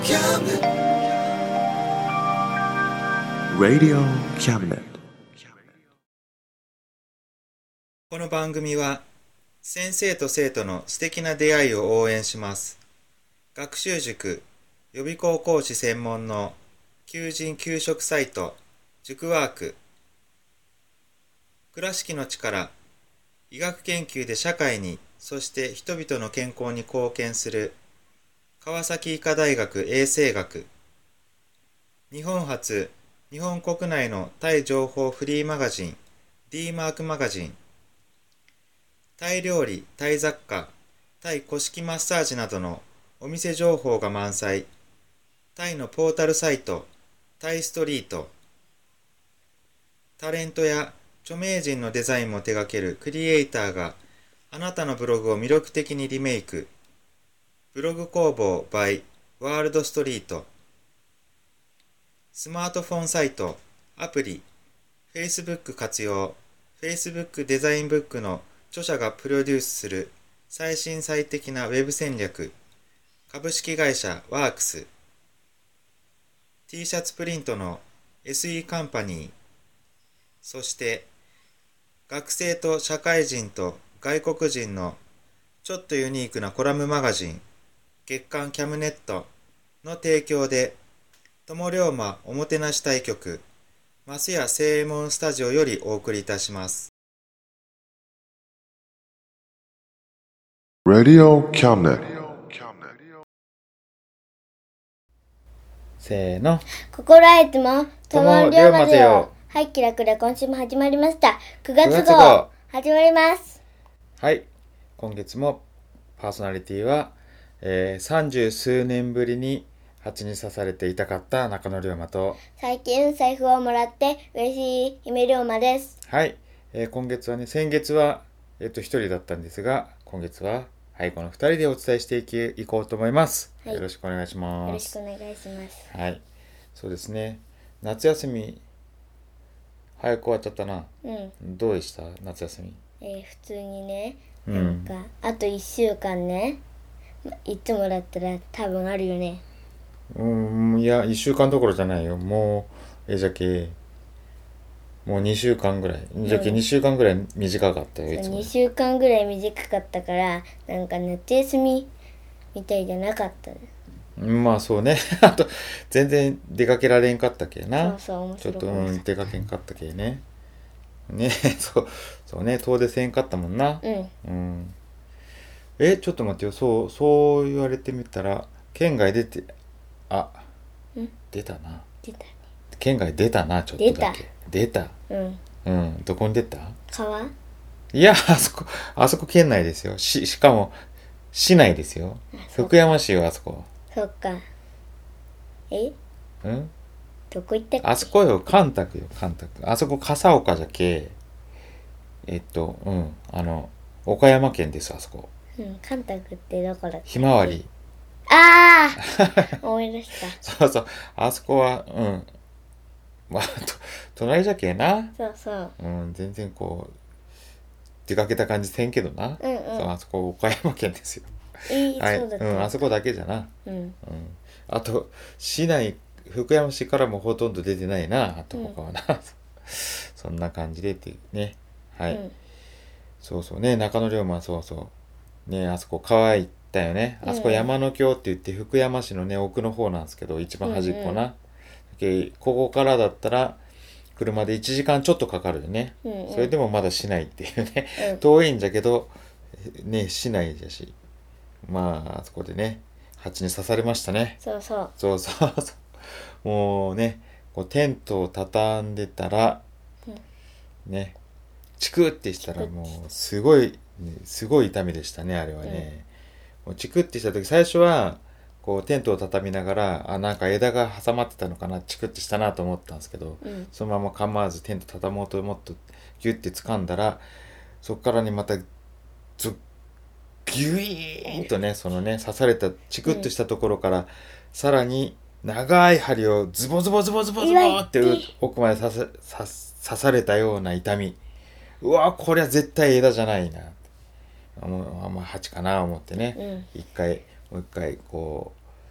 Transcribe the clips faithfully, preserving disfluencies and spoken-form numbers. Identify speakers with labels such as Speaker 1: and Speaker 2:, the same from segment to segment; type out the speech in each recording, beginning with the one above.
Speaker 1: Radio Cabinet。
Speaker 2: この番組は先生と生徒の素敵な出会いを応援します。学習塾予備校講師専門の求人・求職サイト塾ワーク。倉敷の力、医学研究で社会に、そして人々の健康に貢献する川崎医科大学衛生学。日本初、日本国内のタイ情報フリーマガジン D マークマガジン。タイ料理、タイ雑貨、タイ古式マッサージなどのお店情報が満載。タイのポータルサイト、タイストリート。タレントや著名人のデザインも手掛けるクリエイターがあなたのブログを魅力的にリメイク。ブログ工房 by ワールドストリート。スマートフォンサイト、アプリ、Facebook 活用、Facebook デザインブックの著者がプロデュースする最新最適なウェブ戦略。株式会社ワークス。T シャツプリントの エスイー カンパニー。そして学生と社会人と外国人のちょっとユニークなコラムマガジン月刊キャムネットの提供で友龍馬おもてなし対局増屋正右衛門スタジオよりお送りいたします。
Speaker 1: Radio Cabinet。
Speaker 2: せーの。
Speaker 3: 心得ても友龍馬ぜよ。
Speaker 2: よ。
Speaker 3: はい、キラクラ今週も始まりました。くがつ
Speaker 2: くがつ号
Speaker 3: 号始まります。
Speaker 2: はい、今月もパーソナリティは、えー、さんじゅう数年ぶりに蜂に刺されて痛かった中野龍馬と、
Speaker 3: 最近財布をもらって嬉しい姫龍馬です。
Speaker 2: はい、えー、今月はね、先月はえっとひとりだったんですが、今月ははいこのふたりでお伝えしていきいこうと思います、はい、よろしくお願いします。
Speaker 3: よろしくお願いします。
Speaker 2: はい、そうですね。夏休み早く終わっちゃったな。
Speaker 3: うん。
Speaker 2: どうでした夏休み？
Speaker 3: えー、普通にね、
Speaker 2: う
Speaker 3: なんんかあといっしゅうかんね、いつもだったら多分あるよね。
Speaker 2: うん、いやいっしゅうかんどころじゃないよ。もうえじゃけもうにしゅうかんぐらいじゃけにしゅうかんぐらい短かったよ。いつも
Speaker 3: にしゅうかんぐらい短かったから、なんか夏休みみたいじゃなかったね。
Speaker 2: まあそうね。あと全然出かけられんかったけな。
Speaker 3: そうそう、面
Speaker 2: ちょっと、
Speaker 3: 白かった。
Speaker 2: うん、出かけんかったけね。ねそうそうね、遠出せんかったもんな。
Speaker 3: うん。
Speaker 2: うん。えちょっと待ってよ。そうそう言われてみたら県外出てあ
Speaker 3: ん
Speaker 2: 出たな。
Speaker 3: 出たね。
Speaker 2: 県外出たな。ちょっとだけ出た。
Speaker 3: うん
Speaker 2: うん。どこに出た？
Speaker 3: 川？
Speaker 2: いや、あそこ、あそこ県内ですよ。し、しかも、市内ですよ。福山市よ、あそこ。
Speaker 3: そっか。え
Speaker 2: うん
Speaker 3: どこ行ったっけ？
Speaker 2: あそこよ、関沢よ、関沢。あそこ、笠岡じゃけ、えっと、うん、あの、岡山県です、あそこ。
Speaker 3: うん、関沢ってどこだっけ？
Speaker 2: ひまわり。
Speaker 3: ああ思い出した。
Speaker 2: そうそう、あそこは、うん。まあ、と、隣じゃけな。
Speaker 3: そうそう。
Speaker 2: うん、全然こう、出かけた感じせんけどな。
Speaker 3: うんうん。
Speaker 2: そう、あそこ、岡山県ですよ。
Speaker 3: えー、
Speaker 2: はい、
Speaker 3: そうだった。
Speaker 2: うん、あそこだけじゃな。
Speaker 3: うん。
Speaker 2: うん、あと市内福山市からもほとんど出てないな。あと他はな、うん、そんな感じでっていうね。はい、うん、そうそうね。中野龍馬、そうそうね。あそこ川行ったよね。あそこ山の京って言って福山市のね奥の方なんですけど、一番端っこな、うんうん、ここからだったら車でいちじかんちょっとかかるよね、うんうん、それでもまだ市内っていうね、うん、遠いんじゃけどね、市内じゃし、まああそこでね蜂に刺されましたね。
Speaker 3: そうそう
Speaker 2: そうそうそう。もうね、こうテントを畳んでたら、うん、ね、チクってしたらもうすごい、ね、すごい痛みでしたね、あれはね。うん、もうチクってした時、最初はこうテントを畳みながら、あ、なんか枝が挟まってたのかな、チクってしたなと思ったんですけど、うん、そのまま構わずテント畳もうともっとギュッて掴んだら、そこからねまたズッギュイーンとね、そのね刺されたチクッとしたところから、うん、さらに長い針をズボズボズボズボズボって奥まで刺さ、刺されたような痛み。うわ、こりゃ絶対枝じゃないな。もうあんま蜂かな思ってね、うん、一回もう一回こう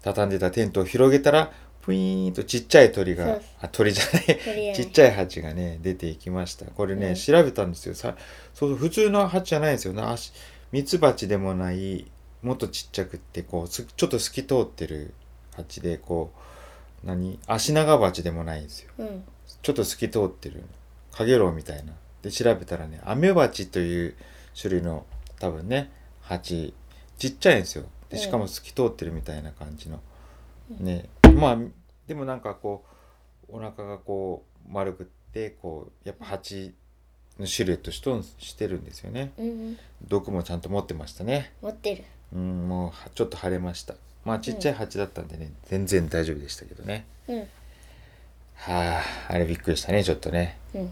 Speaker 2: 畳んでたテントを広げたらプイーンとちっちゃい鳥が、
Speaker 3: そう
Speaker 2: あ鳥じゃない
Speaker 3: 鳥じゃない
Speaker 2: ちっちゃい蜂がね出ていきました。これね、
Speaker 3: うん
Speaker 2: 調べたんですよ。さそうそう普通の蜂じゃないんですよね。あしミツバチでもないもっとちっちゃくってこうすちょっと透き通ってる蜂でこう何アシナガバチでもないんですよ。
Speaker 3: うん
Speaker 2: ちょっと透き通ってるカゲロウみたいなで調べたらねアメバチという種類の多分ね蜂ちっちゃいんですよ。でしかも透き通ってるみたいな感じの、ねまあでもなんかこうお腹がこう丸くってこうやっぱ蜂のシルエットしとんしてるんですよね。
Speaker 3: うんうん
Speaker 2: 毒もちゃんと持ってましたね。
Speaker 3: 持ってる。
Speaker 2: うんもうはちょっと腫れました。まあちっちゃい蜂だったんでね、全然大丈夫でしたけどね。
Speaker 3: うん
Speaker 2: はああれびっくりしたねちょっとね。
Speaker 3: うん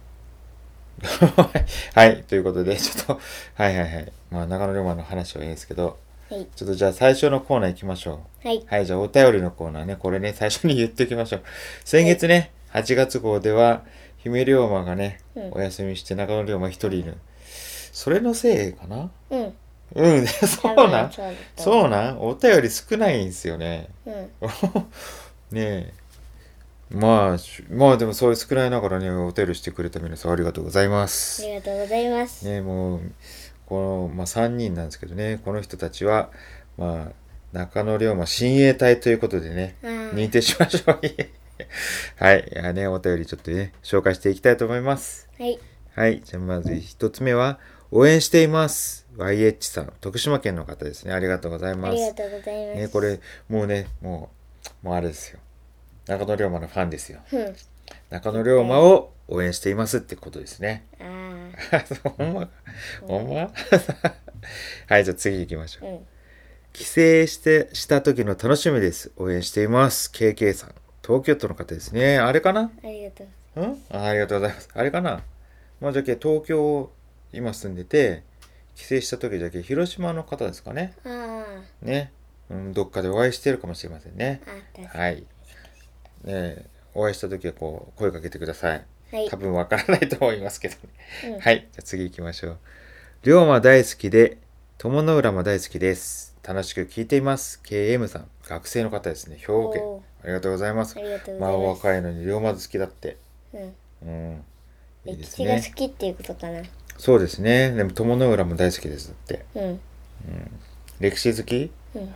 Speaker 2: はいということでちょっとはいはいはいまあ長野龍馬の話はいいんですけど、
Speaker 3: はい
Speaker 2: ちょっとじゃあ最初のコーナー行きましょう。
Speaker 3: はい
Speaker 2: はい、じゃあお便りのコーナーね、これね、最初に言っておきましょう。先月ね、はちがつ号では、姫龍馬がね、
Speaker 3: うん
Speaker 2: お休みして中野龍馬一人いる。それのせいかな
Speaker 3: うん
Speaker 2: うん、そうなん
Speaker 3: そうだと
Speaker 2: そうなんお便り少ないんですよね。
Speaker 3: うん
Speaker 2: ねえ。まあ、しまあでもそういう少ないながらね、お便りしてくれた皆さんありがとうございま
Speaker 3: あ
Speaker 2: す。
Speaker 3: りがとうございます。
Speaker 2: ねもうこの、まあ、さんにんなんですけどねこの人たちは、まあ、中野龍馬親衛隊ということでね
Speaker 3: あー
Speaker 2: 認定しましょうはいいや、ね、お便りちょっとね紹介していきたいと思います。
Speaker 3: はい
Speaker 2: はいじゃあまず一つ目は応援しています ワイエイチ さん徳島県の方ですね。ありがとうござい
Speaker 3: あ
Speaker 2: ます
Speaker 3: りがとうございます。
Speaker 2: ねこれもうねもうもうあれですよ中野龍馬のファンですよ。
Speaker 3: うん
Speaker 2: 中野龍馬を応援していますってことですね。
Speaker 3: ああ
Speaker 2: ほんまほんまはい、じゃあ次行きましょう。
Speaker 3: うん
Speaker 2: 帰省してした時の楽しみです。応援しています。ケーケー さん。東京都の方ですね。あれかな
Speaker 3: ありがとう。
Speaker 2: んあありがとうございます。あれかなまあ、じゃけ東京今住んでて、帰省した時じゃけ広島の方ですかね。
Speaker 3: あ
Speaker 2: ね。うん、どっかでお会いしてるかもしれませんね。
Speaker 3: ああ確か
Speaker 2: はい。ねえお会いした時はこう声かけてください。
Speaker 3: にはい
Speaker 2: 多分わからないと思いますけどね。
Speaker 3: うん
Speaker 2: はい。じゃあ次行きましょう。龍馬大好きで、友の浦も大好きです。楽しく聞いています。ケーエム さん。学生の方ですね。兵庫県
Speaker 3: おー。
Speaker 2: ありがとうございます
Speaker 3: あ。りがとうご
Speaker 2: まあお
Speaker 3: ざいます。
Speaker 2: 若いのに龍馬好きだって。
Speaker 3: うん
Speaker 2: うん。いいで
Speaker 3: 歴史が
Speaker 2: すね。
Speaker 3: 好きっていうことかな。
Speaker 2: そうですね。でも友の浦も大好きです。だって。
Speaker 3: うん
Speaker 2: 歴史好き
Speaker 3: うん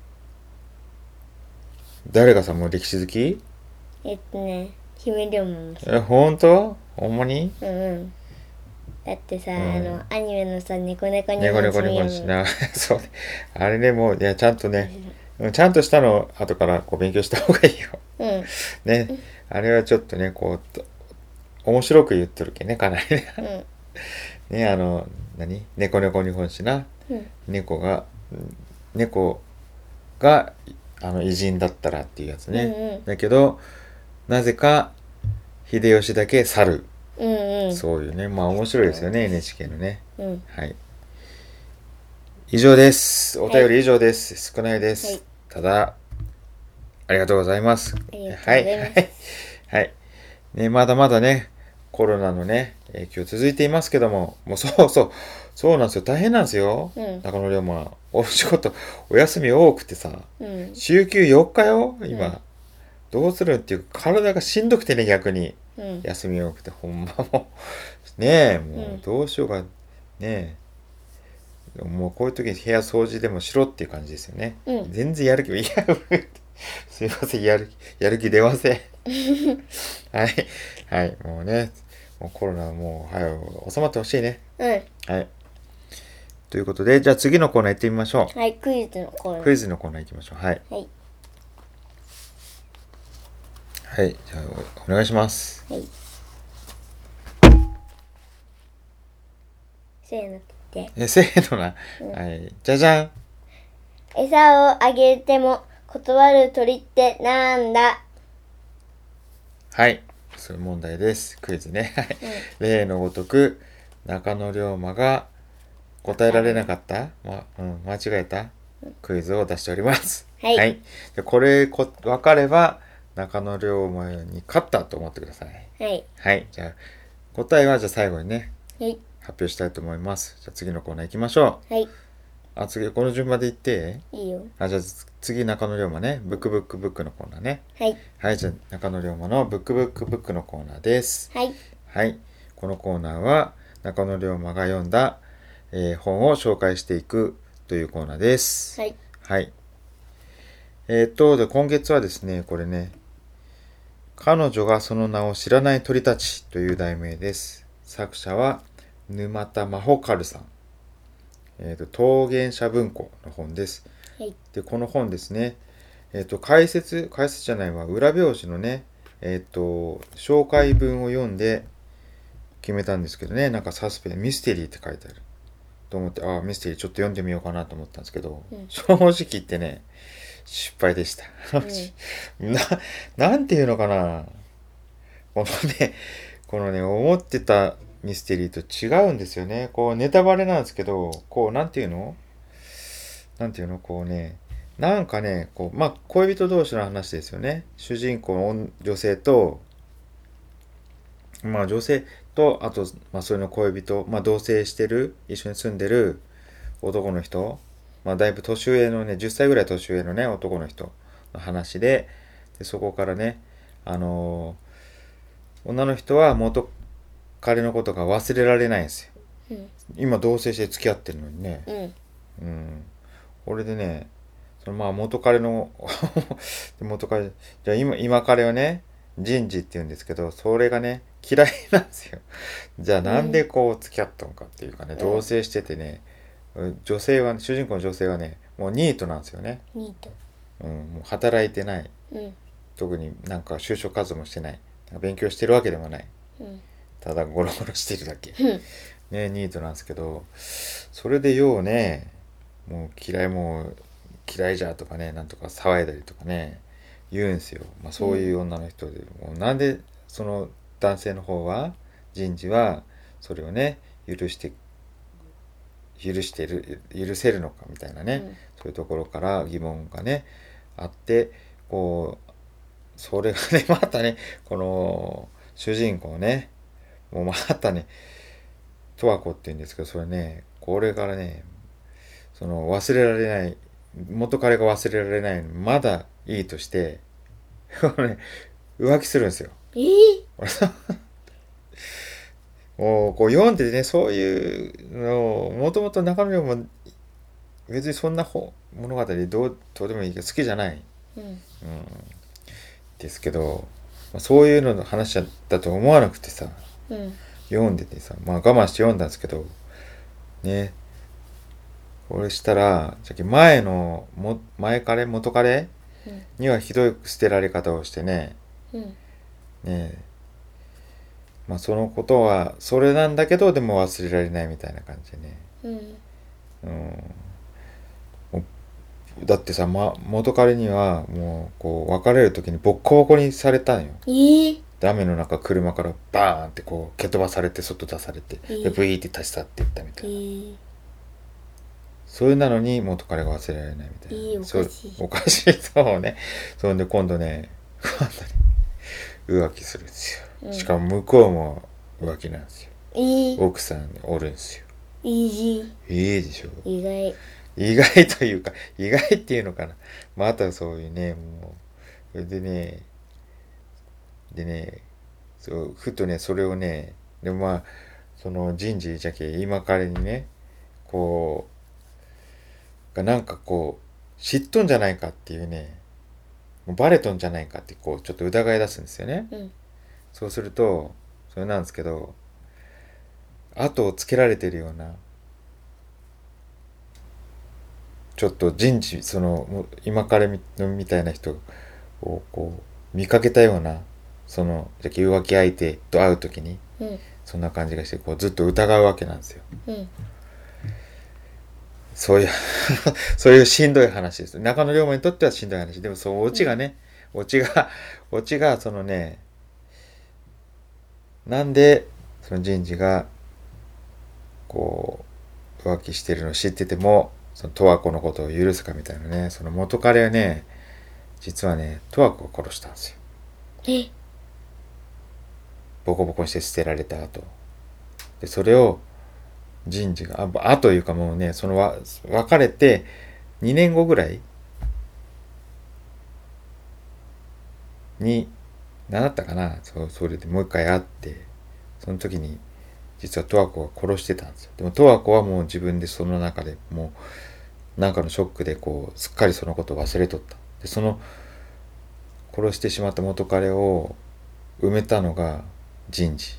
Speaker 2: 誰がさ、もう歴史好き
Speaker 3: えっとね姫龍馬もさ
Speaker 2: え、ほんとほんまに
Speaker 3: うんうんだってさ、
Speaker 2: ん
Speaker 3: あのアニメのさ猫猫に
Speaker 2: 猫猫猫にしな。そうね。あれね、もう、いや、ちゃんとね、うんちゃんとしたの後からこう勉強した方がいいよ。
Speaker 3: うん
Speaker 2: ね。あれはちょっとね、こう、と面白く言ってるけね、かなりね。
Speaker 3: うん
Speaker 2: ね、あの、何猫猫日本史な。
Speaker 3: うん
Speaker 2: 猫が、うん猫が、あの、偉人だったらっていうやつね。
Speaker 3: うんうん
Speaker 2: だけど、なぜか、秀吉だけ猿。
Speaker 3: うんうん
Speaker 2: そういうね。まあ面白いですよね、エヌエイチケー のね。
Speaker 3: うん
Speaker 2: はい。以上です。お便り以上です。少ないです。
Speaker 3: はい
Speaker 2: ただ、ありがとうございます。
Speaker 3: ありがとうご
Speaker 2: はい。
Speaker 3: ざいます
Speaker 2: はい。はい。ね、まだまだね、コロナのね、影響続いていますけども、もうそうそう、そうなんですよ。大変なんですよ。
Speaker 3: うん
Speaker 2: 中野龍馬。お仕事、お休み多くてさ、
Speaker 3: うん
Speaker 2: 週休よっかよ、今。
Speaker 3: うん
Speaker 2: どうするっていうか、体がしんどくてね、逆に。
Speaker 3: うん
Speaker 2: 休み多くて、ほんまもう、ねえ、も
Speaker 3: う
Speaker 2: うんどうしようか、ねえ。もうこういう時に部屋掃除でもしろっていう感じですよね。
Speaker 3: うん
Speaker 2: 全然やる気、いや、すいません、やる気、やる気出ません。はい。はい、もうね、もうコロナもう、はい、収まってほしいね。
Speaker 3: うん
Speaker 2: はい。ということで、じゃあ次のコーナー行ってみましょ
Speaker 3: はいクイズのコーナ
Speaker 2: う。
Speaker 3: ー
Speaker 2: クイズのコーナー行きましょう。はい。
Speaker 3: はい
Speaker 2: はい、じゃあおお願いします。
Speaker 3: はいせーのって
Speaker 2: え、せーのな。はい。じゃじゃん。
Speaker 3: 餌をあげても断る鳥ってなんだ
Speaker 2: はい。そういう問題です。クイズね。はい。例のごとく、中野龍馬が答えられなかった、ま、うん、間違えたクイズを出しております。
Speaker 3: はい
Speaker 2: でこれこ、分かれば、中野龍馬に勝ったと思ってください。
Speaker 3: はい
Speaker 2: はい。じゃあ、答えはじゃあ最後にね、
Speaker 3: はい
Speaker 2: 発表したいと思います。じゃあ次のコーナー行きましょう。
Speaker 3: はい
Speaker 2: あ、次、この順番で言って。
Speaker 3: いいよ。
Speaker 2: あ、じゃあ次、中野龍馬ね。ブックブックブックのコーナーね。
Speaker 3: はい。
Speaker 2: はい、じゃあ中野龍馬のブックブックブックのコーナーです。
Speaker 3: はい。
Speaker 2: はい。このコーナーは、中野龍馬が読んだ、えー本を紹介していくというコーナーです。
Speaker 3: はい。
Speaker 2: はい。えーっと、で、今月はですね、これね、彼女がその名を知らない鳥たちという題名です。作者は沼田真帆カルさん。えー、と桃源社文庫の本です。
Speaker 3: はい。
Speaker 2: で、この本ですね、えー、と解説、解説じゃないわ、裏表紙のね、えっ、と、紹介文を読んで決めたんですけどね、なんかサスペン、ミステリーって書いてあると思って、ああ、ミステリーちょっと読んでみようかなと思ったんですけど、
Speaker 3: うん、
Speaker 2: 正直言ってね、失敗でした。うん、な、なんていうのかな。このね、このね、思ってたミステリーと違うんですよね。こう、ネタバレなんですけど、こう、なんていうのなんていうのこうね、なんかね、こう、まあ、恋人同士の話ですよね。主人公の女性と、まあ、女性と、あと、まあ、それの恋人、まあ、同棲してる、一緒に住んでる男の人、まあ、だいぶ年上のね、じゅっさいぐらい年上のね、男の人の話で、でそこからね、あのー女の人は元彼のことが忘れられないんですよ。
Speaker 3: うん。
Speaker 2: 今同棲して付き合ってるのにね。
Speaker 3: うん。
Speaker 2: うん。これでね、そのまあ元彼の元彼、じゃあ今、今彼はね、人事って言うんですけど、それがね、嫌いなんですよ。じゃあなんでこう付き合ったのかっていうかね、
Speaker 3: うん
Speaker 2: 同棲しててね、女性は、主人公の女性はね、もうニートなんですよね。
Speaker 3: ニート。
Speaker 2: うん、もう働いてない。
Speaker 3: うん。
Speaker 2: 特になんか就職活動もしてない。勉強してるわけでもない。
Speaker 3: うん。
Speaker 2: ただゴロゴロしてるだけ。
Speaker 3: うん。
Speaker 2: ね、ニートなんですけど、それでようね、もう嫌いもう嫌いじゃとかね、なんとか騒いだりとかね、言うんですよ。まあそういう女の人で、もうなんでその男性の方は、人事はそれをね、許して、許してる、許せるのかみたいなね、
Speaker 3: うん、
Speaker 2: そういうところから疑問がね、あって、こう、それがね、またね、この主人公ね、もうまたね、十和子って言うんですけど、それね、これからね、その忘れられない、元彼が忘れられないのまだいいとして、これね、浮気するんですよ。
Speaker 3: えー、
Speaker 2: もうこう読んでね、そういうのを、もともと中野も別にそんな本物語どうどうでもいいけど好きじゃない、
Speaker 3: うん。
Speaker 2: うん、ですけど、まあ、そういうのの話だと思わなくてさ、
Speaker 3: うん。
Speaker 2: 読んでてさ、まあ我慢して読んだんですけど、ね、これしたら、さっき前のも前彼元彼
Speaker 3: うん
Speaker 2: にはひどい捨てられ方をしてね、
Speaker 3: うん。
Speaker 2: ねえ、まあそのことはそれなんだけどでも忘れられないみたいな感じでね、
Speaker 3: うん。
Speaker 2: うん、もうだってさ、ま、元彼にはもうこう別れる時にボッコボコにされたのよ。
Speaker 3: えー、
Speaker 2: で雨の中車からバーンってこう蹴飛ばされて外出されて、
Speaker 3: えー
Speaker 2: でブイーって立ち去っていったみた
Speaker 3: え
Speaker 2: いな、
Speaker 3: ー、
Speaker 2: それなのに元彼が忘れられないみたいな、
Speaker 3: えー、お
Speaker 2: そう
Speaker 3: かしい。
Speaker 2: おかしい、そうね。そんで今度ね、今度ね浮気するんですよ、
Speaker 3: うん、
Speaker 2: しかも向こうも浮気なんですよ。
Speaker 3: えー、
Speaker 2: 奥さんおるんですよ。
Speaker 3: イージ
Speaker 2: いいでしょ。
Speaker 3: ー。意外。
Speaker 2: 意外というか、意外っていうのかな。またそういうね、もう、それでね、でね、そう、ふとね、それをね、でもまあ、その人事じゃけ、今彼にね、こう、がなんかこう、知っとんじゃないかっていうね、もうバレとんじゃないかって、こう、ちょっと疑い出すんですよね。
Speaker 3: うん。そう
Speaker 2: すると、それなんですけど、後をつけられてるような、ちょっと人事、その、今彼みみたいな人をこう、見かけたような、その、じゃけ浮気相手と会うときに、
Speaker 3: うん。
Speaker 2: そんな感じがして、こう、ずっと疑うわけなんですよ。
Speaker 3: うん。
Speaker 2: そういうそういうしんどい話です。中野龍馬にとってはしんどい話。でも、そう、オチがね、オチが、オチが、そのね、なんで、その人事が、こう、浮気してるのを知ってても、その十和子のことを許すかみたいなね、その元彼はね、実はね、十和子を殺したんですよ。
Speaker 3: え、
Speaker 2: ボコボコにして捨てられた後。で、それを、 人事がああというかもうねそのわ別れてにねんごぐらいに何だったかな、そうそれでもう一回会って、その時に実は十和子が殺してたんですよ。でも十和子はもう自分でその中でもうなんかのショックでこうすっかりそのことを忘れとった。でその殺してしまった元彼を埋めたのが人事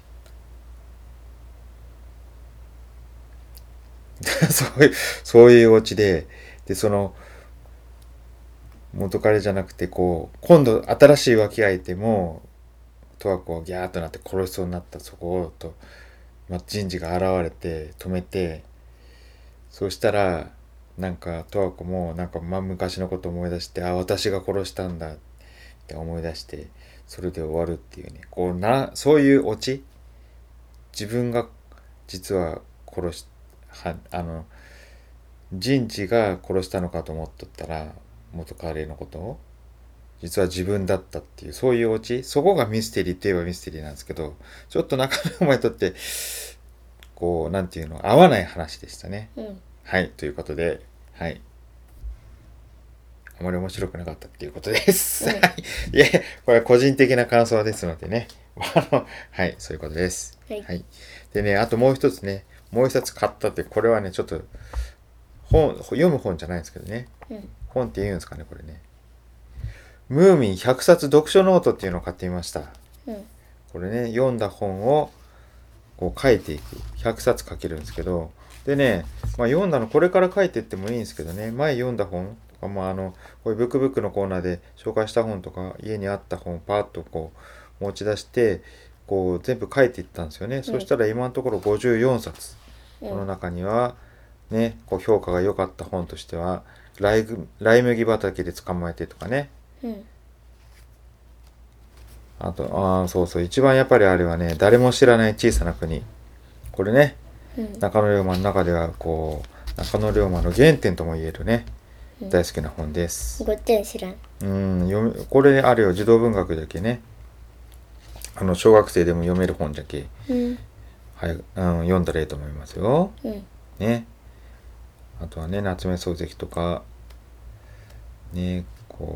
Speaker 2: そういうそういうオチで、でその元彼じゃなくてこう今度新しい浮気相手も十和子がギャーっとなって殺しそうになった、そこをと、まあ、人事が現れて止めて、そうしたらなんか十和子もなんか、まあ、昔のことを思い出して、あ私が殺したんだって思い出して、それで終わるっていうね、こうなそういうオチ、自分が実は殺しはあの人事が殺したのかと思っとったら元彼のことを実は自分だったっていう、そういうオチ、そこがミステリーといえばミステリーなんですけど、ちょっと中野お前にとってこうなんていうの合わない話でしたね。
Speaker 3: うん
Speaker 2: はいということで、はいあまり面白くなかったっていうことです。
Speaker 3: うん
Speaker 2: いやこれは個人的な感想ですのでねあのはいそういうことです。
Speaker 3: はい
Speaker 2: はい、でねあともう一つね、もう一冊買ったって、これはねちょっと本読む本じゃないんですけどね、
Speaker 3: うん
Speaker 2: 本って言うんですかねこれね、ムーミンひゃくさつ読書ノートっていうのを買ってみました。
Speaker 3: うん
Speaker 2: これね読んだ本をこう書いていく、ひゃくさつ書けるんですけど、でね、まあ、読んだのこれから書いていってもいいんですけどね、前読んだ本とか、まあ、あのこういうブックブックのコーナーで紹介した本とか家にあった本をパーッとこう持ち出してこう全部書いていったんですよね、うん、そしたら今のところごじゅうよんさつ、うん、この中にはねこう評価が良かった本としてはライライ麦畑で捕まえてとかね、うん、あとあそうそう一番やっぱりあれはね、誰も知らない小さな国、これね、うん、中野龍馬の中ではこう中野龍馬の原点とも言えるね、うん、大好きな本です。
Speaker 3: ごってん知らん。
Speaker 2: うん読めこれあるよ、児童文学だけね、あの小学生でも読める本だけ、うん、はい、うん、読んだらいいと思いますよ、うん、ね。あとはね夏目漱石とかね、こ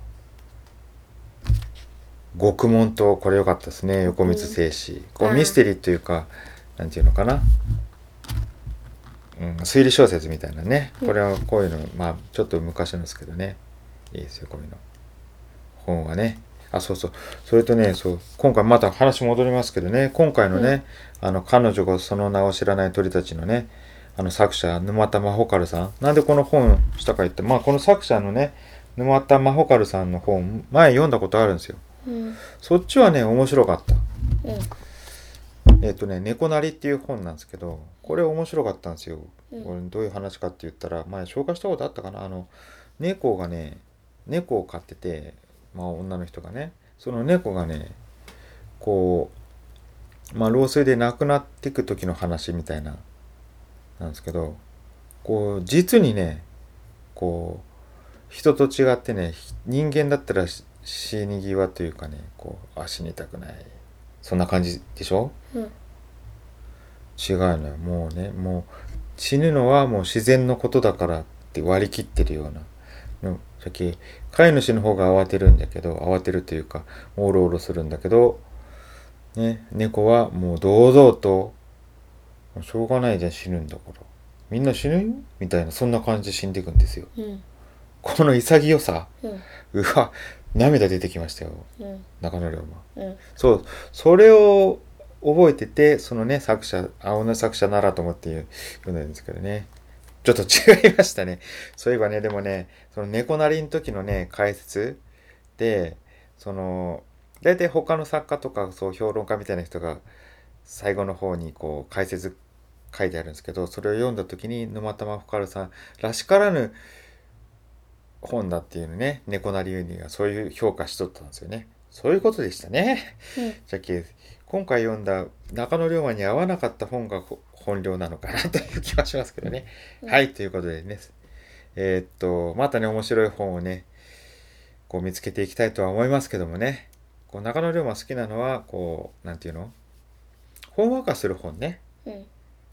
Speaker 2: う獄門とこれ良かったですね、横光静止、こうミステリーというかなんていうのかな、うん、推理小説みたいなね、これはこういうの、まあちょっと昔のですけどね、いいですよこういうの本はね。あそうそう、それとね、そう今回また話戻りますけどね、今回のね、うん、あの彼女がその名を知らない鳥たちのね、あの作者沼田真帆カルさん、なんでこの本したか言って、まあこの作者のね沼田真帆カルさんの本前読んだことあるんですよ、うん、そっちはね面白かった、うん、えっ、ー、とね猫なりっていう本なんですけど、これ面白かったんですよ、うん、これどういう話かって言ったら前紹介したことあったかな、あの猫がね猫を飼ってて、まあ女の人がね、その猫がねこうまあ老衰で亡くなっていく時の話みたいななんですけど、こう実にねこう人と違ってね、人間だったら死に際というかね、こうあ死にたくない、そんな感じでしょ、うん、違うのよ、もうねもう死ぬのはもう自然のことだからって割り切ってるようなの、さっき飼い主の方が慌てるんだけど、慌てるというかおろおろするんだけどね、猫はもう堂々としょうがないじゃん死ぬんだからみんな死ぬよみたいな、そんな感じで死んでいくんですよ、うん、この潔さ、うん、うわ涙出てきましたよ、うん、中野龍馬、うん、そうそれを覚えてて、そのね作者青の作者ならと思って読んだんですけどね、ちょっと違いましたね。そういえばね、でもねその猫なりの時のね解説で、その大体他の作家とかそう評論家みたいな人が最後の方にこう解説書いてあるんですけど、それを読んだ時に沼田真帆さんらしからぬ本だっていうのね、猫なりユニがそういう評価しとったんですよね。そういうことでしたね、うん、じゃけ今回読んだ中野龍馬に合わなかった本が本領なのかなという気はしますけどね、うん、はいということでね、えー、っとまたね面白い本をねこう見つけていきたいとは思いますけどもね、こう中野龍馬好きなのはこうなんていうのほんわかする本ね、うん、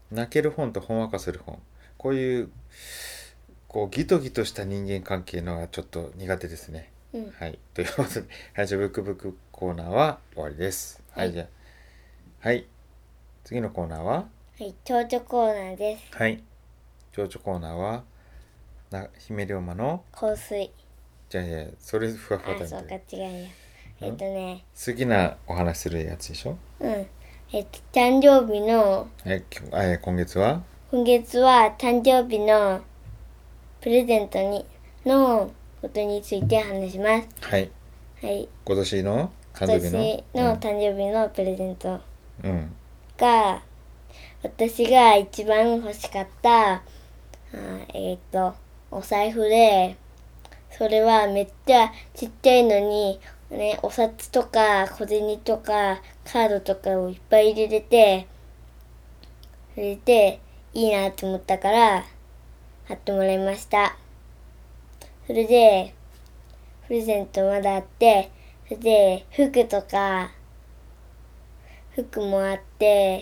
Speaker 2: 泣ける本とほんわかする本、こういうこうギトギトした人間関係のがちょっと苦手ですね。
Speaker 3: うん。
Speaker 2: はい、ということで、はい、じゃあブックブックコーナーは終わりです。はい、
Speaker 3: はい
Speaker 2: じゃあはい、次のコーナーは、
Speaker 3: はい、蝶々コーナーです。
Speaker 2: はい、蝶々コーナーはな姫龍馬の、
Speaker 3: 香水。
Speaker 2: じゃあいやそれふわふわ
Speaker 3: あ、
Speaker 2: だ
Speaker 3: そうか、
Speaker 2: よ。
Speaker 3: 違うよ。えっとね、
Speaker 2: 好きなお話するやつでしょ。
Speaker 3: うん。えっと、誕生日の、
Speaker 2: はい、きょえー今月は
Speaker 3: 今月は誕生日のプレゼントに、のことについて話します。
Speaker 2: はい、
Speaker 3: はい。
Speaker 2: 今年の誕
Speaker 3: 今
Speaker 2: 生日の
Speaker 3: 年の誕生日のプレゼント
Speaker 2: うん、うん、
Speaker 3: が、私が一番欲しかった、あえっと、お財布で、それはめっちゃちっちゃいのに、ね、お札とか小銭とかカードとかをいっぱい入れて、それでいいなと思ったから買ってもらいました。それでプレゼントまだあって、それで服とか服もあって、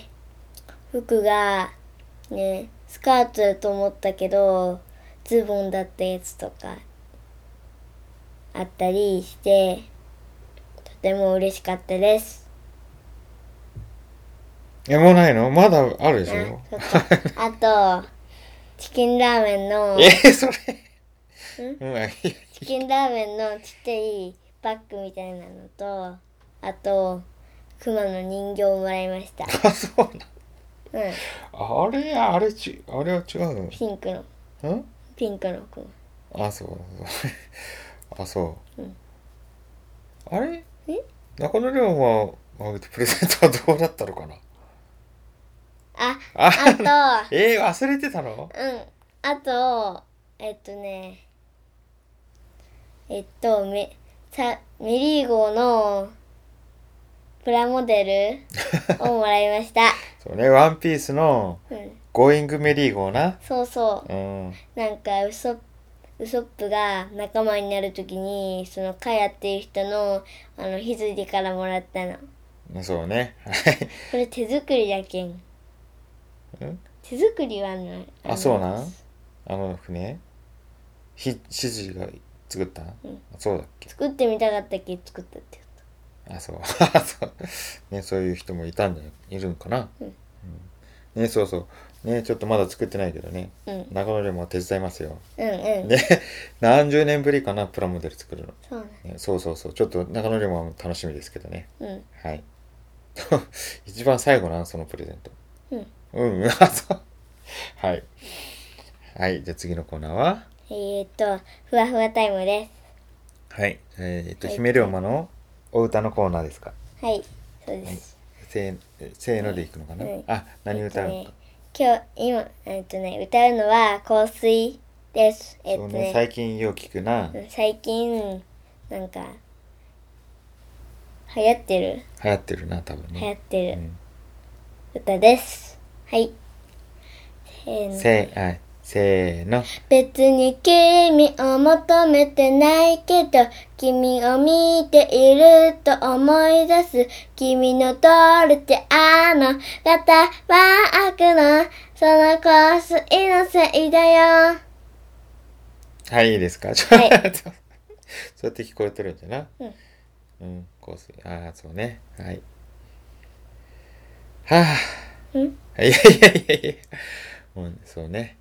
Speaker 3: 服がねスカートだと思ったけどズボンだったやつとかあったりして、とても嬉しかったです。
Speaker 2: え、もうないの？まだあるでし
Speaker 3: あ、
Speaker 2: ょ。
Speaker 3: そっか。あと、チキンラーメンの、
Speaker 2: えー、それ
Speaker 3: ん
Speaker 2: うん、いや
Speaker 3: チキンラーメンのちっちゃいパックみたいなのと、あと、クマの人形をもらいました。
Speaker 2: あ、そうな
Speaker 3: うん。
Speaker 2: の。あれあれちあれは違う
Speaker 3: ピンクの、
Speaker 2: の？ん？
Speaker 3: ピンクのクマ。
Speaker 2: あ、そうあ、そう、
Speaker 3: うん、
Speaker 2: あれ
Speaker 3: え
Speaker 2: 中野龍馬はプレゼントはどうだったのかな。
Speaker 3: あ、
Speaker 2: あ
Speaker 3: あと、
Speaker 2: えー、忘れてたの？
Speaker 3: うん。あと、えっとね、えっと、メ、さ、メリー号のプラモデルをもらいました。
Speaker 2: そうね、ワンピースの
Speaker 3: うん。
Speaker 2: ゴーイングメリー号な。
Speaker 3: そうそう。
Speaker 2: うん。
Speaker 3: なんかウソウソップが仲間になるときにそのカヤっていう人のあの羊からもらったの。
Speaker 2: そうね。
Speaker 3: これ手作りだけん。
Speaker 2: ん
Speaker 3: 手作りはない。
Speaker 2: あ、そうなん？あの船ひ指示が作った、
Speaker 3: うん、
Speaker 2: そうだっけ。
Speaker 3: 作ってみたかったけど作ったって
Speaker 2: あ、そうそうね、そういう人もいたんじゃいるんかな、
Speaker 3: うん
Speaker 2: うん、ね、そうそうね、ちょっとまだ作ってないけどね、
Speaker 3: うん、
Speaker 2: 中野でも手伝いますよ。
Speaker 3: うんうん
Speaker 2: ね、何十年ぶりかなプラモデル作るの。
Speaker 3: そうね、
Speaker 2: ね、そうそうそう、ちょっと中野でも楽しみですけどね。
Speaker 3: うん
Speaker 2: はい一番最後なそのプレゼント。
Speaker 3: うん
Speaker 2: うんあそうはいはい、じゃあ次のコーナーは、
Speaker 3: えー、っとふわふわタイムです。
Speaker 2: はいえー、っと、
Speaker 3: はい
Speaker 2: 姫龍馬のお歌のコーナーですか。
Speaker 3: はいそうです、
Speaker 2: せーせーのでいくのかな、
Speaker 3: うん
Speaker 2: あ、何歌うの、
Speaker 3: えっとね、今日今えっとね歌うのは香水です。えっ
Speaker 2: そう
Speaker 3: とね
Speaker 2: ね、最近よう聞くな。
Speaker 3: うん最近なんか流行ってる
Speaker 2: 流行ってるな、多分
Speaker 3: 流行
Speaker 2: ね。
Speaker 3: ってる
Speaker 2: うん
Speaker 3: 歌です。はいせーの
Speaker 2: せー、あ、せーの。
Speaker 3: 別に君を求めてないけど君を見ていると思い出す君のドルチェあの肩バッグのその香水のせいだよ。
Speaker 2: はい、いいですか。はい。そうやって聞こえてるんじゃな。
Speaker 3: うん
Speaker 2: うん、香水。ああ、そうね。はい。はあ。
Speaker 3: うん
Speaker 2: いやいやいやいや。もうそうね。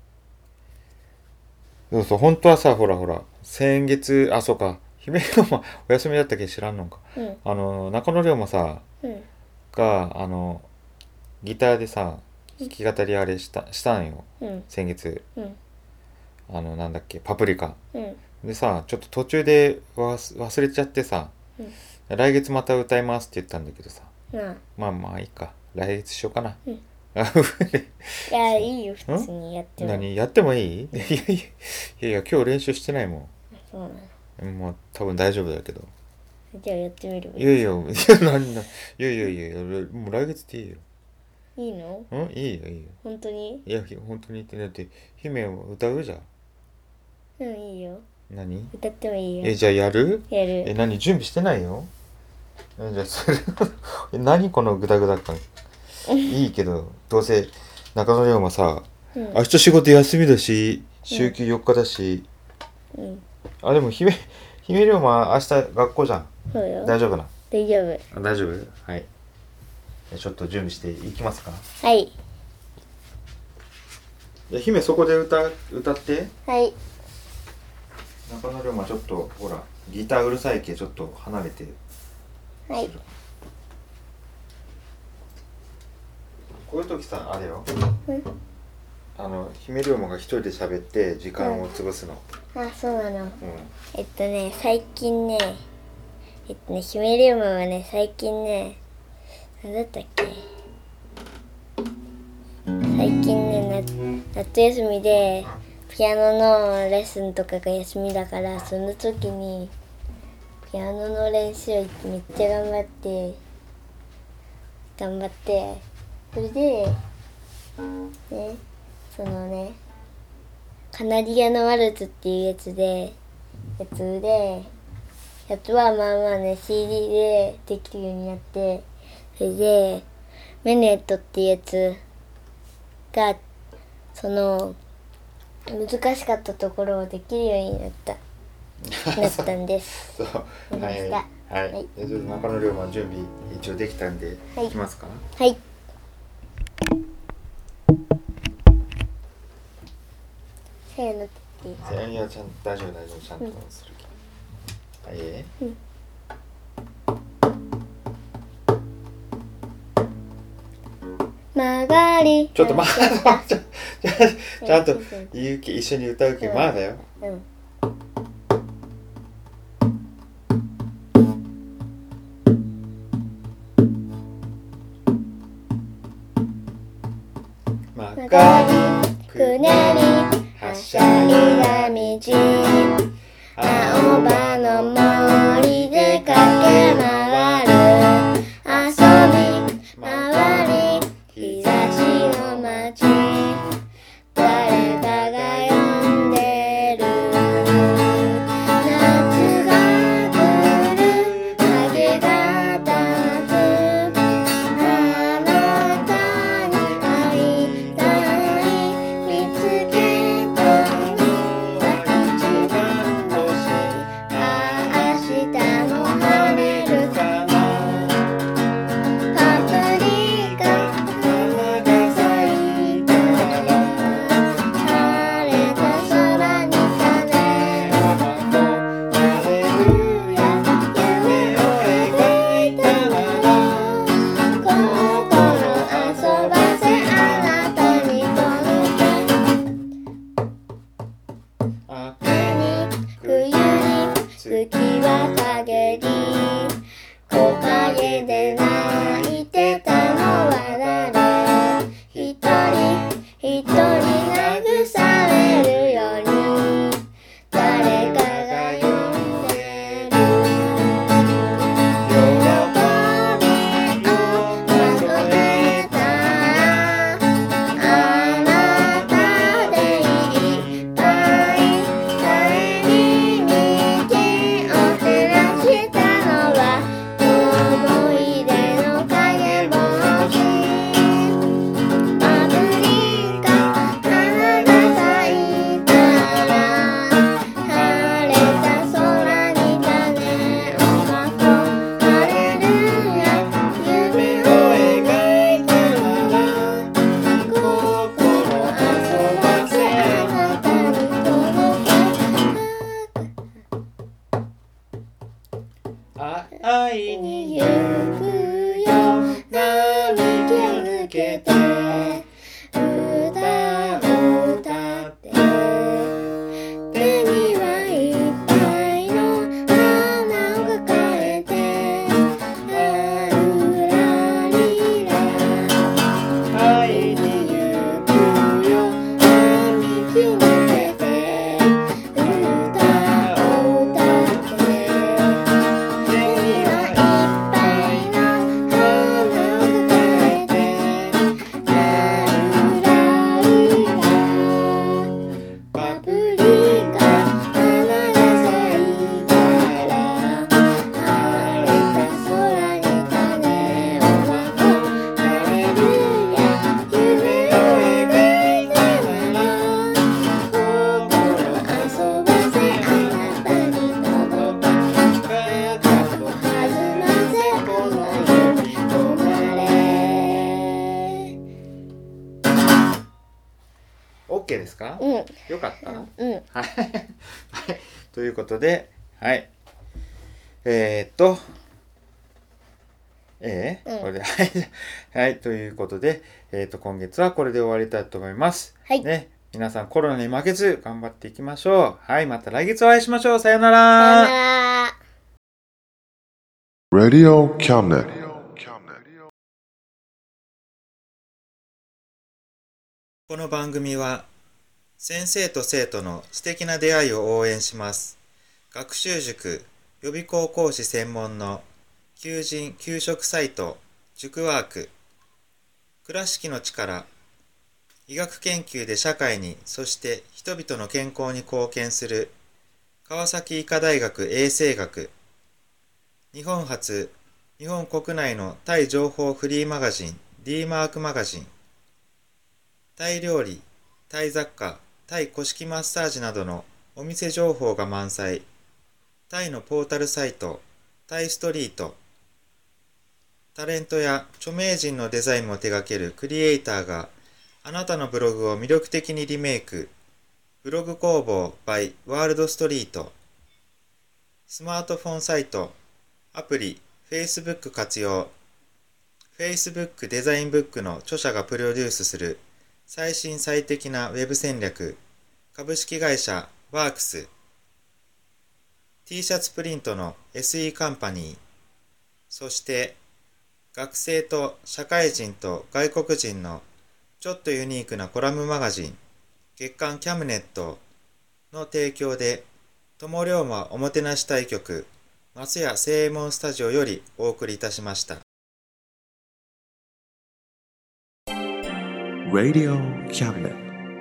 Speaker 2: そうそう、本当はさ、ほらほら、先月、あ、そうか、姫龍馬お休みだったっけ知らんのか。
Speaker 3: うん
Speaker 2: あの、中野龍馬さ、
Speaker 3: うん
Speaker 2: が、あの、ギターでさ、弾き語りあれした、したんよ。
Speaker 3: うん
Speaker 2: 先月。
Speaker 3: うん
Speaker 2: あの、なんだっけ、パプリカ。
Speaker 3: うん
Speaker 2: でさ、ちょっと途中で忘忘れちゃってさ、
Speaker 3: うん
Speaker 2: 来月また歌いますって言ったんだけどさ、
Speaker 3: なあ
Speaker 2: まあまあいいか、来月しようかな。
Speaker 3: うん
Speaker 2: あ
Speaker 3: いやいいよ普通にやっても
Speaker 2: 何やってもいい？いやいやいやいやいや、今日練習してないも
Speaker 3: そうなの。
Speaker 2: ん。もう多分大丈夫だけど。
Speaker 3: じゃあやってみる
Speaker 2: いやいや、いや何な、いやいやいやいや、もう来月でいいよ。
Speaker 3: いいの
Speaker 2: うんいいよいいよ。
Speaker 3: 本当に
Speaker 2: いや、ひ本当に言って、だって、姫を歌うじゃん。
Speaker 3: うんいいよ
Speaker 2: 何？
Speaker 3: 歌ってもいいよ
Speaker 2: え、じゃあやる？
Speaker 3: やる
Speaker 2: え、何準備してないよ。えじゃあそれえ何このグダグダ感。いいけど、どうせ中野龍馬さ、
Speaker 3: うん
Speaker 2: 明日仕事休みだし週休よっかだし、
Speaker 3: うん
Speaker 2: あでも姫姫龍馬明日学校じゃん。
Speaker 3: そうよ
Speaker 2: 大丈夫な？
Speaker 3: 大丈夫。
Speaker 2: あ大丈夫。はい。じゃあちょっと準備していきますか。
Speaker 3: はい
Speaker 2: じゃあ姫そこで歌歌って。
Speaker 3: はい
Speaker 2: 中野龍馬ちょっとほらギターうるさいけちょっと離れて。
Speaker 3: はい
Speaker 2: こういう時さあれよ。
Speaker 3: うん
Speaker 2: あの姫龍馬が一人で喋って時間を潰すの。
Speaker 3: あそうなの。
Speaker 2: うん。
Speaker 3: えっとね最近ねえっとね姫龍馬はね最近ね何だったっけ最近ねな夏休みでピアノのレッスンとかが休みだからその時にピアノの練習めっちゃ頑張って頑張ってそれでねそのねカナリアのワルツっていうやつでやつでやつはまあまあね シーディー でできるようになってそれでメネットっていうやつがその難しかったところをできるようになったなったんです
Speaker 2: そう。はいはい。
Speaker 3: わかりました
Speaker 2: はい。
Speaker 3: はい
Speaker 2: じゃあちょっと中野龍馬準備一応できたんで、
Speaker 3: はい
Speaker 2: いきますか。
Speaker 3: はいせーのって言っていい
Speaker 2: いやちゃん大丈夫大丈夫ちゃんとするけど。はい。え
Speaker 3: 曲がり
Speaker 2: ちょっとまあちょちょちゃんと
Speaker 3: うん
Speaker 2: 言うけ一緒に歌うけ、
Speaker 3: うん
Speaker 2: まあだよ。
Speaker 3: うん
Speaker 2: 曲
Speaker 3: 曲
Speaker 2: がり
Speaker 3: がりくねりはしゃいだ道青葉の森で駆け回る遊び回り日差しの街誰かが呼んでるうん
Speaker 2: よかった、
Speaker 3: うん
Speaker 2: はいということで、はいえー、っとえー
Speaker 3: うん
Speaker 2: これではいはいということで、えー、っと今月はこれで終わりたいと思います。
Speaker 3: はい
Speaker 2: ね、皆さんコロナに負けず頑張っていきましょう。はい、また来月お会いしましょう。さような
Speaker 3: さよ
Speaker 2: ら。
Speaker 3: なら。
Speaker 1: Radio Cabinet.
Speaker 2: この番組は先生と生徒の素敵な出会いを応援します。学習塾予備校講師専門の求人・給食サイト塾ワーク、倉敷の力、医学研究で社会に、そして人々の健康に貢献する川崎医科大学衛生学、日本初、日本国内のタイ情報フリーマガジン D マークマガジン、タイ料理、タイ雑貨、タイ古式マッサージなどのお店情報が満載、タイのポータルサイトタイストリート、タレントや著名人のデザインも手掛けるクリエイターがあなたのブログを魅力的にリメイク、ブログ工房 by ワールドストリート、スマートフォンサイト、アプリ、Facebook 活用、Facebook デザインブックの著者がプロデュースする最新最適なウェブ戦略、株式会社ワークス、T シャツプリントの エスイー カンパニー、そして学生と社会人と外国人のちょっとユニークなコラムマガジン、月刊キャムネットの提供で、友龍馬おもてなし対局、松屋正右衛門スタジオよりお送りいたしました。
Speaker 1: Radio Cabinet.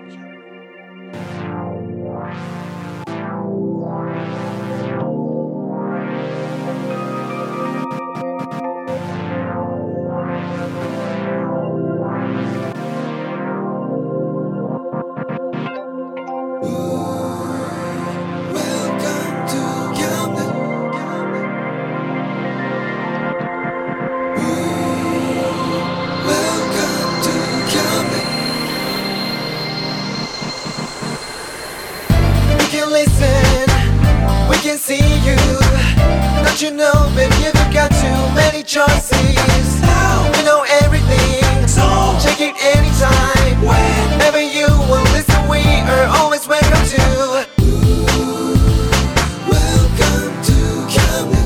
Speaker 4: You know, baby, you've got too many choices. Now you know everything, so check it anytime. Whenever you will listen, we are always welcome to. Welcome to Camden.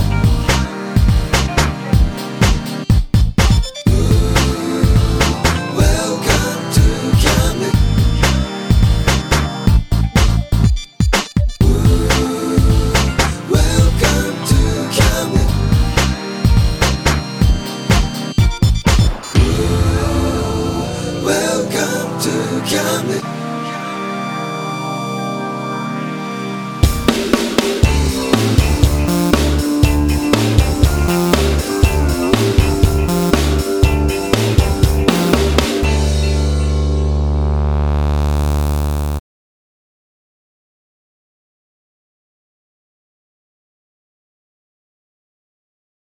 Speaker 4: Welcome to Camden. Welcome to Camden. Welcome to Camden.